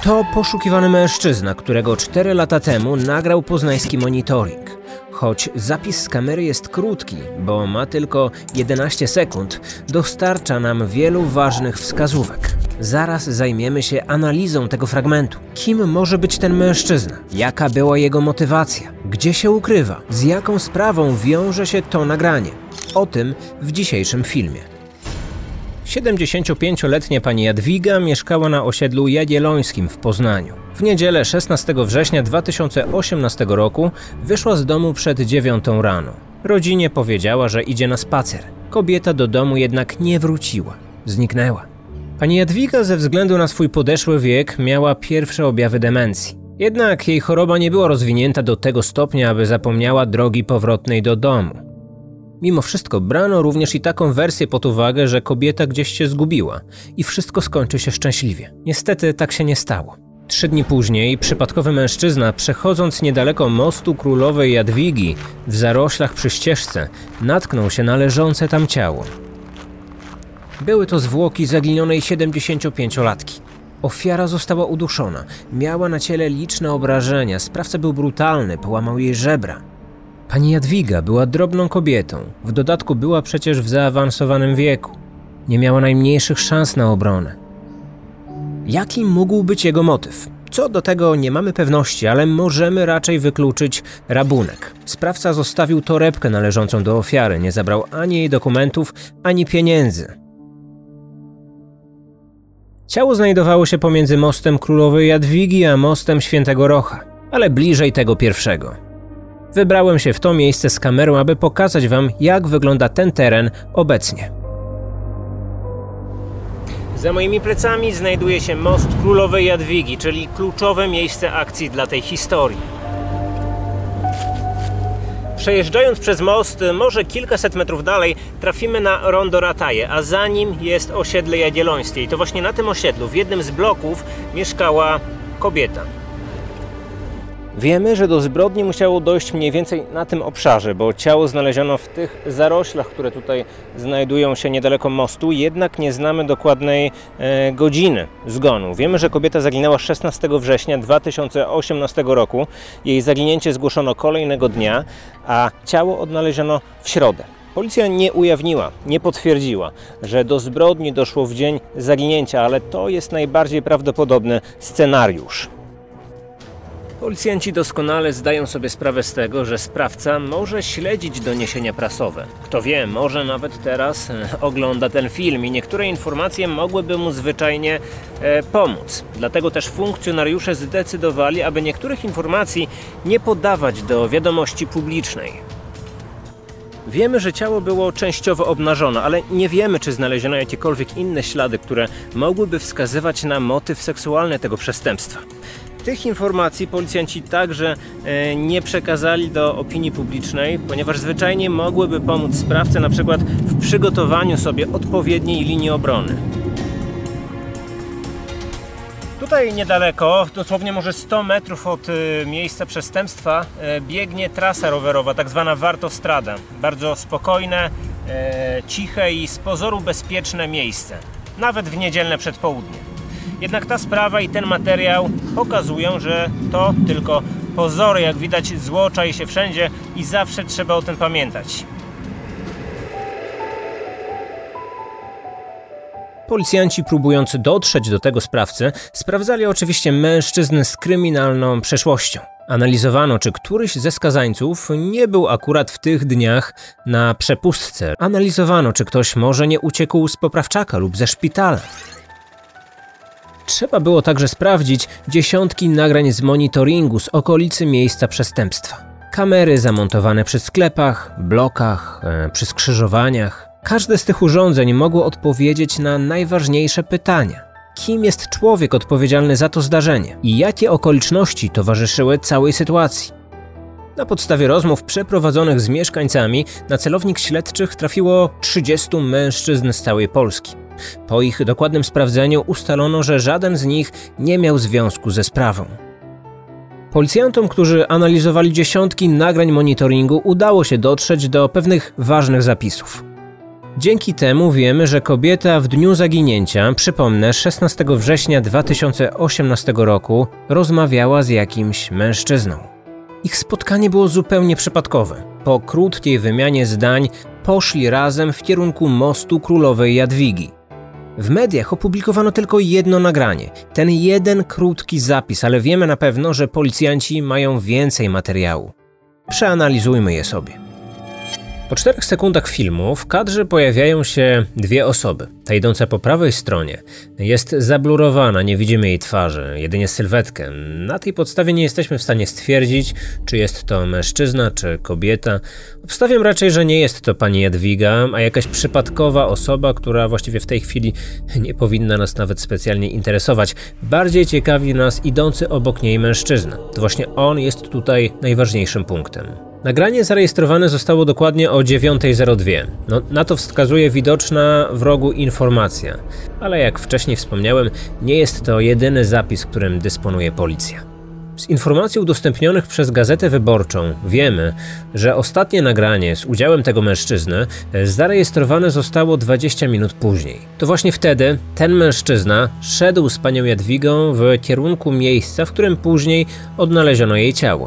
To poszukiwany mężczyzna, którego 4 lata temu nagrał poznański monitoring. Choć zapis z kamery jest krótki, bo ma tylko 11 sekund, dostarcza nam wielu ważnych wskazówek. Zaraz zajmiemy się analizą tego fragmentu. Kim może być ten mężczyzna? Jaka była jego motywacja? Gdzie się ukrywa? Z jaką sprawą wiąże się to nagranie? O tym w dzisiejszym filmie. 75-letnia pani Jadwiga mieszkała na osiedlu Jagiellońskim w Poznaniu. W niedzielę 16 września 2018 roku wyszła z domu przed 9 rano. Rodzinie powiedziała, że idzie na spacer. Kobieta do domu jednak nie wróciła. Zniknęła. Pani Jadwiga ze względu na swój podeszły wiek miała pierwsze objawy demencji. Jednak jej choroba nie była rozwinięta do tego stopnia, aby zapomniała drogi powrotnej do domu. Mimo wszystko brano również i taką wersję pod uwagę, że kobieta gdzieś się zgubiła i wszystko skończy się szczęśliwie. Niestety tak się nie stało. 3 dni później przypadkowy mężczyzna, przechodząc niedaleko mostu Królowej Jadwigi w zaroślach przy ścieżce, natknął się na leżące tam ciało. Były to zwłoki zaginionej 75-latki. Ofiara została uduszona, miała na ciele liczne obrażenia, sprawca był brutalny, połamał jej żebra. Pani Jadwiga była drobną kobietą, w dodatku była przecież w zaawansowanym wieku. Nie miała najmniejszych szans na obronę. Jaki mógł być jego motyw? Co do tego nie mamy pewności, ale możemy raczej wykluczyć rabunek. Sprawca zostawił torebkę należącą do ofiary, nie zabrał ani jej dokumentów, ani pieniędzy. Ciało znajdowało się pomiędzy mostem Królowej Jadwigi a mostem Świętego Rocha, ale bliżej tego pierwszego. Wybrałem się w to miejsce z kamerą, aby pokazać wam, jak wygląda ten teren obecnie. Za moimi plecami znajduje się most Królowej Jadwigi, czyli kluczowe miejsce akcji dla tej historii. Przejeżdżając przez most, może kilkaset metrów dalej, trafimy na rondo Rataje, a za nim jest osiedle Jagiellońskie. I to właśnie na tym osiedlu, w jednym z bloków, mieszkała kobieta. Wiemy, że do zbrodni musiało dojść mniej więcej na tym obszarze, bo ciało znaleziono w tych zaroślach, które tutaj znajdują się niedaleko mostu, jednak nie znamy dokładnej godziny zgonu. Wiemy, że kobieta zaginęła 16 września 2018 roku. Jej zaginięcie zgłoszono kolejnego dnia, a ciało odnaleziono w środę. Policja nie ujawniła, nie potwierdziła, że do zbrodni doszło w dzień zaginięcia, ale to jest najbardziej prawdopodobny scenariusz. Policjanci doskonale zdają sobie sprawę z tego, że sprawca może śledzić doniesienia prasowe. Kto wie, może nawet teraz ogląda ten film i niektóre informacje mogłyby mu zwyczajnie pomóc. Dlatego też funkcjonariusze zdecydowali, aby niektórych informacji nie podawać do wiadomości publicznej. Wiemy, że ciało było częściowo obnażone, ale nie wiemy, czy znaleziono jakiekolwiek inne ślady, które mogłyby wskazywać na motyw seksualny tego przestępstwa. Tych informacji policjanci także nie przekazali do opinii publicznej, ponieważ zwyczajnie mogłyby pomóc sprawcy na przykład w przygotowaniu sobie odpowiedniej linii obrony. Tutaj niedaleko, dosłownie może 100 metrów od miejsca przestępstwa, biegnie trasa rowerowa, tak zwana Wartostrada. Bardzo spokojne, ciche i z pozoru bezpieczne miejsce, nawet w niedzielne przedpołudnie. Jednak ta sprawa i ten materiał pokazują, że to tylko pozory. Jak widać, zło czai się wszędzie i zawsze trzeba o tym pamiętać. Policjanci, próbując dotrzeć do tego sprawcy, sprawdzali oczywiście mężczyzn z kryminalną przeszłością. Analizowano, czy któryś ze skazańców nie był akurat w tych dniach na przepustce. Analizowano, czy ktoś może nie uciekł z poprawczaka lub ze szpitala. Trzeba było także sprawdzić dziesiątki nagrań z monitoringu z okolicy miejsca przestępstwa. Kamery zamontowane przy sklepach, blokach, przy skrzyżowaniach. Każde z tych urządzeń mogło odpowiedzieć na najważniejsze pytania. Kim jest człowiek odpowiedzialny za to zdarzenie i jakie okoliczności towarzyszyły całej sytuacji? Na podstawie rozmów przeprowadzonych z mieszkańcami na celownik śledczych trafiło 30 mężczyzn z całej Polski. Po ich dokładnym sprawdzeniu ustalono, że żaden z nich nie miał związku ze sprawą. Policjantom, którzy analizowali dziesiątki nagrań monitoringu, udało się dotrzeć do pewnych ważnych zapisów. Dzięki temu wiemy, że kobieta w dniu zaginięcia, przypomnę, 16 września 2018 roku, rozmawiała z jakimś mężczyzną. Ich spotkanie było zupełnie przypadkowe. Po krótkiej wymianie zdań poszli razem w kierunku mostu Królowej Jadwigi. W mediach opublikowano tylko jedno nagranie, ten jeden krótki zapis, ale wiemy na pewno, że policjanci mają więcej materiału. Przeanalizujmy je sobie. Po 4 sekundach filmu w kadrze pojawiają się dwie osoby. Ta idąca po prawej stronie jest zablurowana, nie widzimy jej twarzy, jedynie sylwetkę. Na tej podstawie nie jesteśmy w stanie stwierdzić, czy jest to mężczyzna, czy kobieta. Obstawiam raczej, że nie jest to pani Jadwiga, a jakaś przypadkowa osoba, która właściwie w tej chwili nie powinna nas nawet specjalnie interesować. Bardziej ciekawi nas idący obok niej mężczyzna. To właśnie on jest tutaj najważniejszym punktem. Nagranie zarejestrowane zostało dokładnie o 9:02. Na to wskazuje widoczna w rogu informacja, ale jak wcześniej wspomniałem, nie jest to jedyny zapis, którym dysponuje policja. Z informacji udostępnionych przez Gazetę Wyborczą wiemy, że ostatnie nagranie z udziałem tego mężczyzny zarejestrowane zostało 20 minut później. To właśnie wtedy ten mężczyzna szedł z panią Jadwigą w kierunku miejsca, w którym później odnaleziono jej ciało.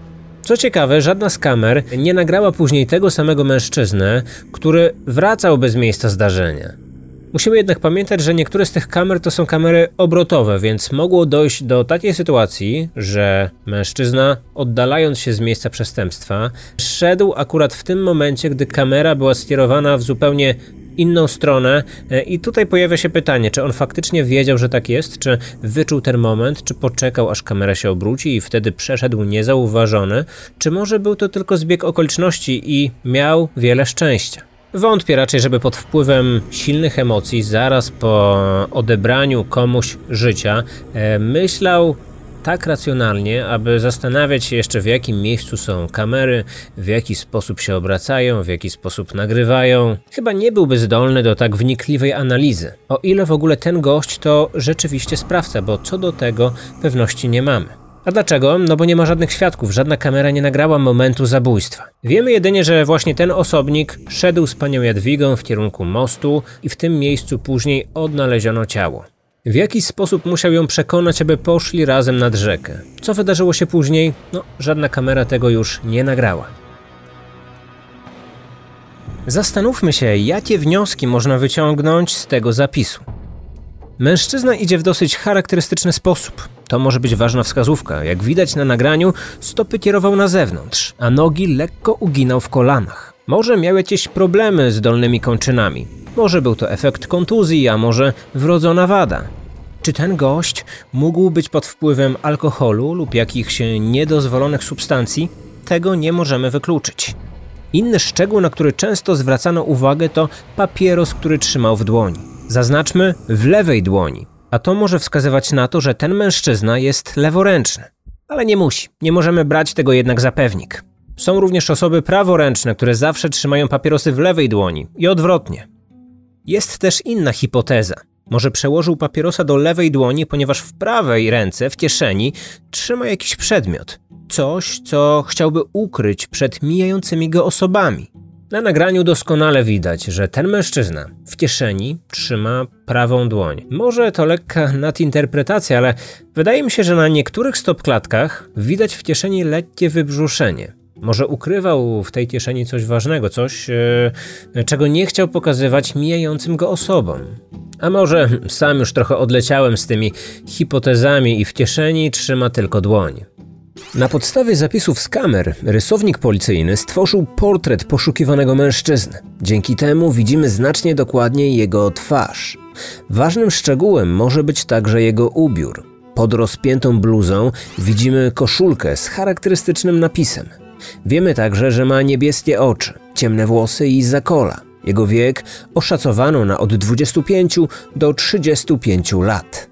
Co ciekawe, żadna z kamer nie nagrała później tego samego mężczyzny, który wracałby z miejsca zdarzenia. Musimy jednak pamiętać, że niektóre z tych kamer to są kamery obrotowe, więc mogło dojść do takiej sytuacji, że mężczyzna, oddalając się z miejsca przestępstwa, szedł akurat w tym momencie, gdy kamera była skierowana w zupełnie inną stronę i tutaj pojawia się pytanie, czy on faktycznie wiedział, że tak jest, czy wyczuł ten moment, czy poczekał, aż kamera się obróci i wtedy przeszedł niezauważony, czy może był to tylko zbieg okoliczności i miał wiele szczęścia. Wątpię raczej, żeby pod wpływem silnych emocji, zaraz po odebraniu komuś życia, myślał tak racjonalnie, aby zastanawiać się jeszcze, w jakim miejscu są kamery, w jaki sposób się obracają, w jaki sposób nagrywają. Chyba nie byłby zdolny do tak wnikliwej analizy. O ile w ogóle ten gość to rzeczywiście sprawca, bo co do tego pewności nie mamy. A dlaczego? No bo nie ma żadnych świadków, żadna kamera nie nagrała momentu zabójstwa. Wiemy jedynie, że właśnie ten osobnik szedł z panią Jadwigą w kierunku mostu i w tym miejscu później odnaleziono ciało. W jaki sposób musiał ją przekonać, aby poszli razem nad rzekę? Co wydarzyło się później? No, żadna kamera tego już nie nagrała. Zastanówmy się, jakie wnioski można wyciągnąć z tego zapisu. Mężczyzna idzie w dosyć charakterystyczny sposób. To może być ważna wskazówka. Jak widać na nagraniu, stopy kierował na zewnątrz, a nogi lekko uginał w kolanach. Może miał jakieś problemy z dolnymi kończynami. Może był to efekt kontuzji, a może wrodzona wada. Czy ten gość mógł być pod wpływem alkoholu lub jakichś niedozwolonych substancji? Tego nie możemy wykluczyć. Inny szczegół, na który często zwracano uwagę, to papieros, który trzymał w dłoni. Zaznaczmy, w lewej dłoni. A to może wskazywać na to, że ten mężczyzna jest leworęczny. Ale nie musi. Nie możemy brać tego jednak za pewnik. Są również osoby praworęczne, które zawsze trzymają papierosy w lewej dłoni i odwrotnie. Jest też inna hipoteza. Może przełożył papierosa do lewej dłoni, ponieważ w prawej ręce, w kieszeni, trzyma jakiś przedmiot. Coś, co chciałby ukryć przed mijającymi go osobami. Na nagraniu doskonale widać, że ten mężczyzna w kieszeni trzyma prawą dłoń. Może to lekka nadinterpretacja, ale wydaje mi się, że na niektórych stopklatkach widać w kieszeni lekkie wybrzuszenie. Może ukrywał w tej kieszeni coś ważnego, coś, czego nie chciał pokazywać mijającym go osobom. A może sam już trochę odleciałem z tymi hipotezami i w kieszeni trzyma tylko dłoń. Na podstawie zapisów z kamer rysownik policyjny stworzył portret poszukiwanego mężczyzny. Dzięki temu widzimy znacznie dokładniej jego twarz. Ważnym szczegółem może być także jego ubiór. Pod rozpiętą bluzą widzimy koszulkę z charakterystycznym napisem. Wiemy także, że ma niebieskie oczy, ciemne włosy i zakola. Jego wiek oszacowano na od 25 do 35 lat.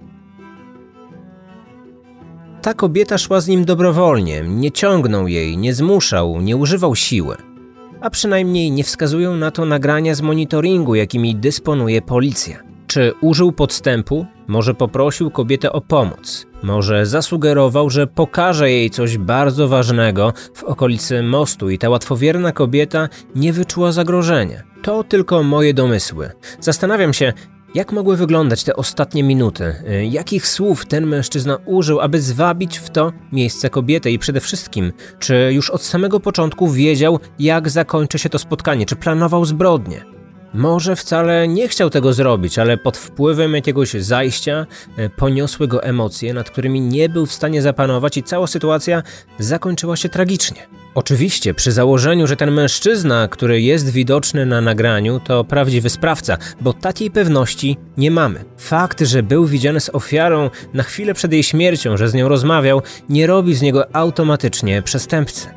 Ta kobieta szła z nim dobrowolnie, nie ciągnął jej, nie zmuszał, nie używał siły. A przynajmniej nie wskazują na to nagrania z monitoringu, jakimi dysponuje policja. Czy użył podstępu? Może poprosił kobietę o pomoc. Może zasugerował, że pokaże jej coś bardzo ważnego w okolicy mostu i ta łatwowierna kobieta nie wyczuła zagrożenia. To tylko moje domysły. Zastanawiam się, jak mogły wyglądać te ostatnie minuty? Jakich słów ten mężczyzna użył, aby zwabić w to miejsce kobietę? I przede wszystkim, czy już od samego początku wiedział, jak zakończy się to spotkanie? Czy planował zbrodnię? Może wcale nie chciał tego zrobić, ale pod wpływem jakiegoś zajścia poniosły go emocje, nad którymi nie był w stanie zapanować i cała sytuacja zakończyła się tragicznie. Oczywiście przy założeniu, że ten mężczyzna, który jest widoczny na nagraniu, to prawdziwy sprawca, bo takiej pewności nie mamy. Fakt, że był widziany z ofiarą na chwilę przed jej śmiercią, że z nią rozmawiał, nie robi z niego automatycznie przestępcy.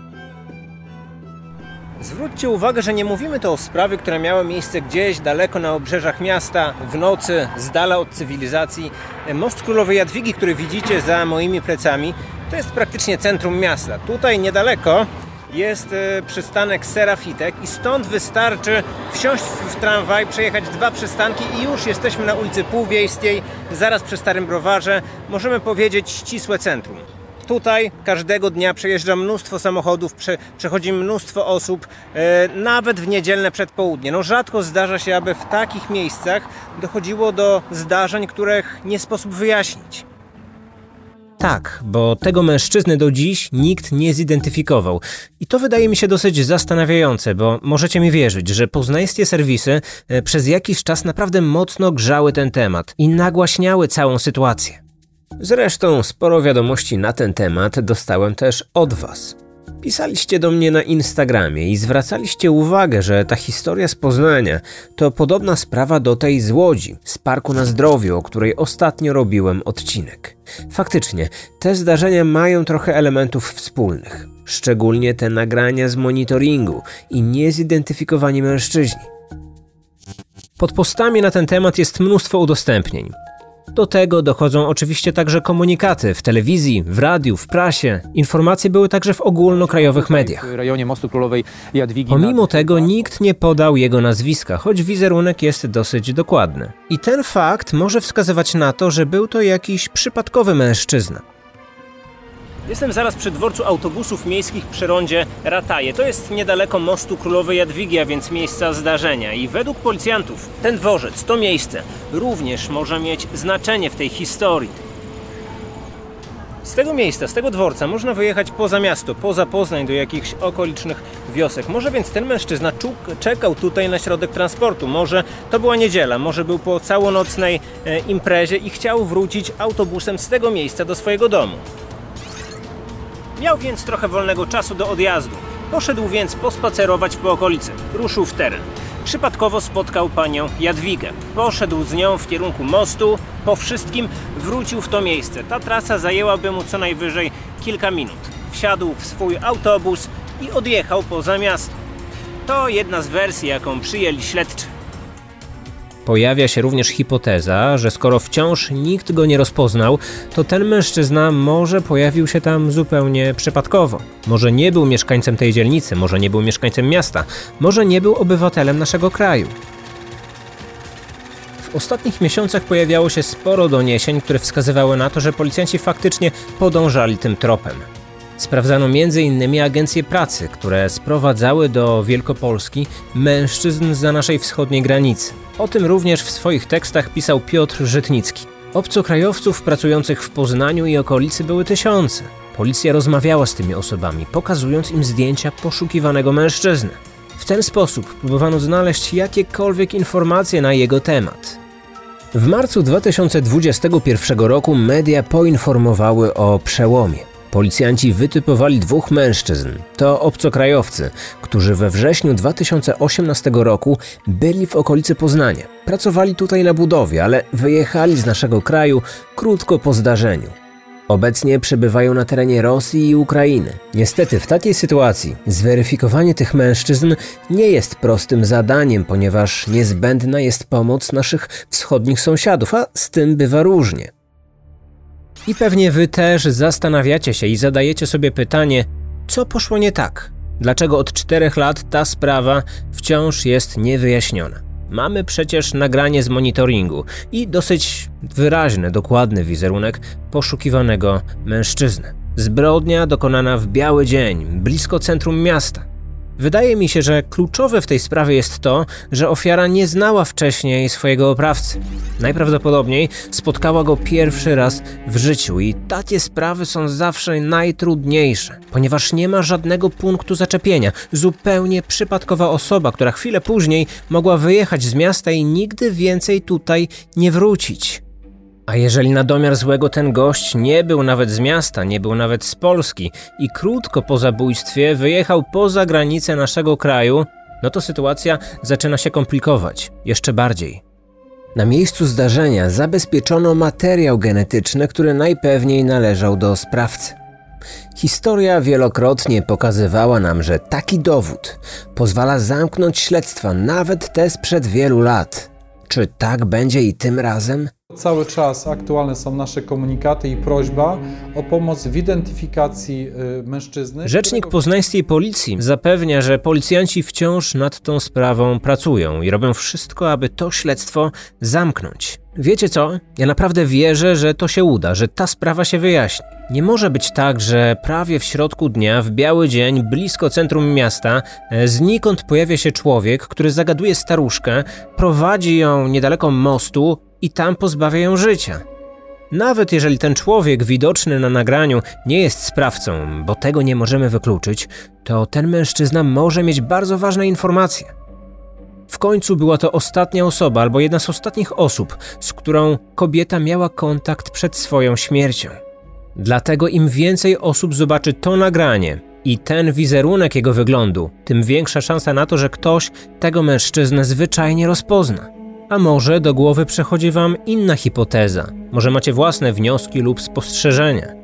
Zwróćcie uwagę, że nie mówimy tu o sprawie, która miała miejsce gdzieś daleko na obrzeżach miasta, w nocy, z dala od cywilizacji. Most Królowej Jadwigi, który widzicie za moimi plecami, to jest praktycznie centrum miasta. Tutaj niedaleko jest przystanek Serafitek i stąd wystarczy wsiąść w tramwaj, przejechać 2 przystanki i już jesteśmy na ulicy Półwiejskiej, zaraz przy Starym Browarze, możemy powiedzieć ścisłe centrum. Tutaj każdego dnia przejeżdża mnóstwo samochodów, przechodzi mnóstwo osób, nawet w niedzielne przedpołudnie. No rzadko zdarza się, aby w takich miejscach dochodziło do zdarzeń, których nie sposób wyjaśnić. Tak, bo tego mężczyzny do dziś nikt nie zidentyfikował. I to wydaje mi się dosyć zastanawiające, bo możecie mi wierzyć, że poznańskie serwisy przez jakiś czas naprawdę mocno grzały ten temat i nagłaśniały całą sytuację. Zresztą sporo wiadomości na ten temat dostałem też od was. Pisaliście do mnie na Instagramie i zwracaliście uwagę, że ta historia z Poznania to podobna sprawa do tej z Łodzi, z Parku na Zdrowiu, o której ostatnio robiłem odcinek. Faktycznie, te zdarzenia mają trochę elementów wspólnych. Szczególnie te nagrania z monitoringu i niezidentyfikowani mężczyźni. Pod postami na ten temat jest mnóstwo udostępnień. Do tego dochodzą oczywiście także komunikaty w telewizji, w radiu, w prasie. Informacje były także w ogólnokrajowych mediach. W rejonie mostu Królowej Jadwigi. Pomimo tego nikt nie podał jego nazwiska, choć wizerunek jest dosyć dokładny. I ten fakt może wskazywać na to, że był to jakiś przypadkowy mężczyzna. Jestem zaraz przy dworcu autobusów miejskich przy rondzie Rataje. To jest niedaleko mostu Królowej Jadwigi, a więc miejsca zdarzenia. I według policjantów ten dworzec, to miejsce również może mieć znaczenie w tej historii. Z tego miejsca, z tego dworca można wyjechać poza miasto, poza Poznań, do jakichś okolicznych wiosek. Może więc ten mężczyzna czekał tutaj na środek transportu. Może to była niedziela, może był po całonocnej imprezie i chciał wrócić autobusem z tego miejsca do swojego domu. Miał więc trochę wolnego czasu do odjazdu. Poszedł więc pospacerować po okolicy. Ruszył w teren. Przypadkowo spotkał panią Jadwigę. Poszedł z nią w kierunku mostu. Po wszystkim wrócił w to miejsce. Ta trasa zajęłaby mu co najwyżej kilka minut. Wsiadł w swój autobus i odjechał poza miasto. To jedna z wersji, jaką przyjęli śledczy. Pojawia się również hipoteza, że skoro wciąż nikt go nie rozpoznał, to ten mężczyzna może pojawił się tam zupełnie przypadkowo. Może nie był mieszkańcem tej dzielnicy, może nie był mieszkańcem miasta, może nie był obywatelem naszego kraju. W ostatnich miesiącach pojawiało się sporo doniesień, które wskazywały na to, że policjanci faktycznie podążali tym tropem. Sprawdzano m.in. agencje pracy, które sprowadzały do Wielkopolski mężczyzn zza naszej wschodniej granicy. O tym również w swoich tekstach pisał Piotr Żytnicki. Obcokrajowców pracujących w Poznaniu i okolicy były tysiące. Policja rozmawiała z tymi osobami, pokazując im zdjęcia poszukiwanego mężczyzny. W ten sposób próbowano znaleźć jakiekolwiek informacje na jego temat. W marcu 2021 roku media poinformowały o przełomie. Policjanci wytypowali 2 mężczyzn. To obcokrajowcy, którzy we wrześniu 2018 roku byli w okolicy Poznania. Pracowali tutaj na budowie, ale wyjechali z naszego kraju krótko po zdarzeniu. Obecnie przebywają na terenie Rosji i Ukrainy. Niestety w takiej sytuacji zweryfikowanie tych mężczyzn nie jest prostym zadaniem, ponieważ niezbędna jest pomoc naszych wschodnich sąsiadów, a z tym bywa różnie. I pewnie wy też zastanawiacie się i zadajecie sobie pytanie, co poszło nie tak? Dlaczego od 4 lat ta sprawa wciąż jest niewyjaśniona? Mamy przecież nagranie z monitoringu i dosyć wyraźny, dokładny wizerunek poszukiwanego mężczyzny. Zbrodnia dokonana w biały dzień, blisko centrum miasta. Wydaje mi się, że kluczowe w tej sprawie jest to, że ofiara nie znała wcześniej swojego oprawcy. Najprawdopodobniej spotkała go pierwszy raz w życiu i takie sprawy są zawsze najtrudniejsze, ponieważ nie ma żadnego punktu zaczepienia. Zupełnie przypadkowa osoba, która chwilę później mogła wyjechać z miasta i nigdy więcej tutaj nie wrócić. A jeżeli na domiar złego ten gość nie był nawet z miasta, nie był nawet z Polski i krótko po zabójstwie wyjechał poza granice naszego kraju, no to sytuacja zaczyna się komplikować jeszcze bardziej. Na miejscu zdarzenia zabezpieczono materiał genetyczny, który najpewniej należał do sprawcy. Historia wielokrotnie pokazywała nam, że taki dowód pozwala zamknąć śledztwa, nawet te sprzed wielu lat. Czy tak będzie i tym razem? Cały czas aktualne są nasze komunikaty i prośba o pomoc w identyfikacji mężczyzny. Rzecznik poznańskiej policji zapewnia, że policjanci wciąż nad tą sprawą pracują i robią wszystko, aby to śledztwo zamknąć. Wiecie co? Ja naprawdę wierzę, że to się uda, że ta sprawa się wyjaśni. Nie może być tak, że prawie w środku dnia, w biały dzień, blisko centrum miasta, znikąd pojawia się człowiek, który zagaduje staruszkę, prowadzi ją niedaleko mostu i tam pozbawia ją życia. Nawet jeżeli ten człowiek widoczny na nagraniu nie jest sprawcą, bo tego nie możemy wykluczyć, to ten mężczyzna może mieć bardzo ważne informacje. W końcu była to ostatnia osoba albo jedna z ostatnich osób, z którą kobieta miała kontakt przed swoją śmiercią. Dlatego im więcej osób zobaczy to nagranie i ten wizerunek jego wyglądu, tym większa szansa na to, że ktoś tego mężczyznę zwyczajnie rozpozna. A może do głowy przychodzi wam inna hipoteza? Może macie własne wnioski lub spostrzeżenia?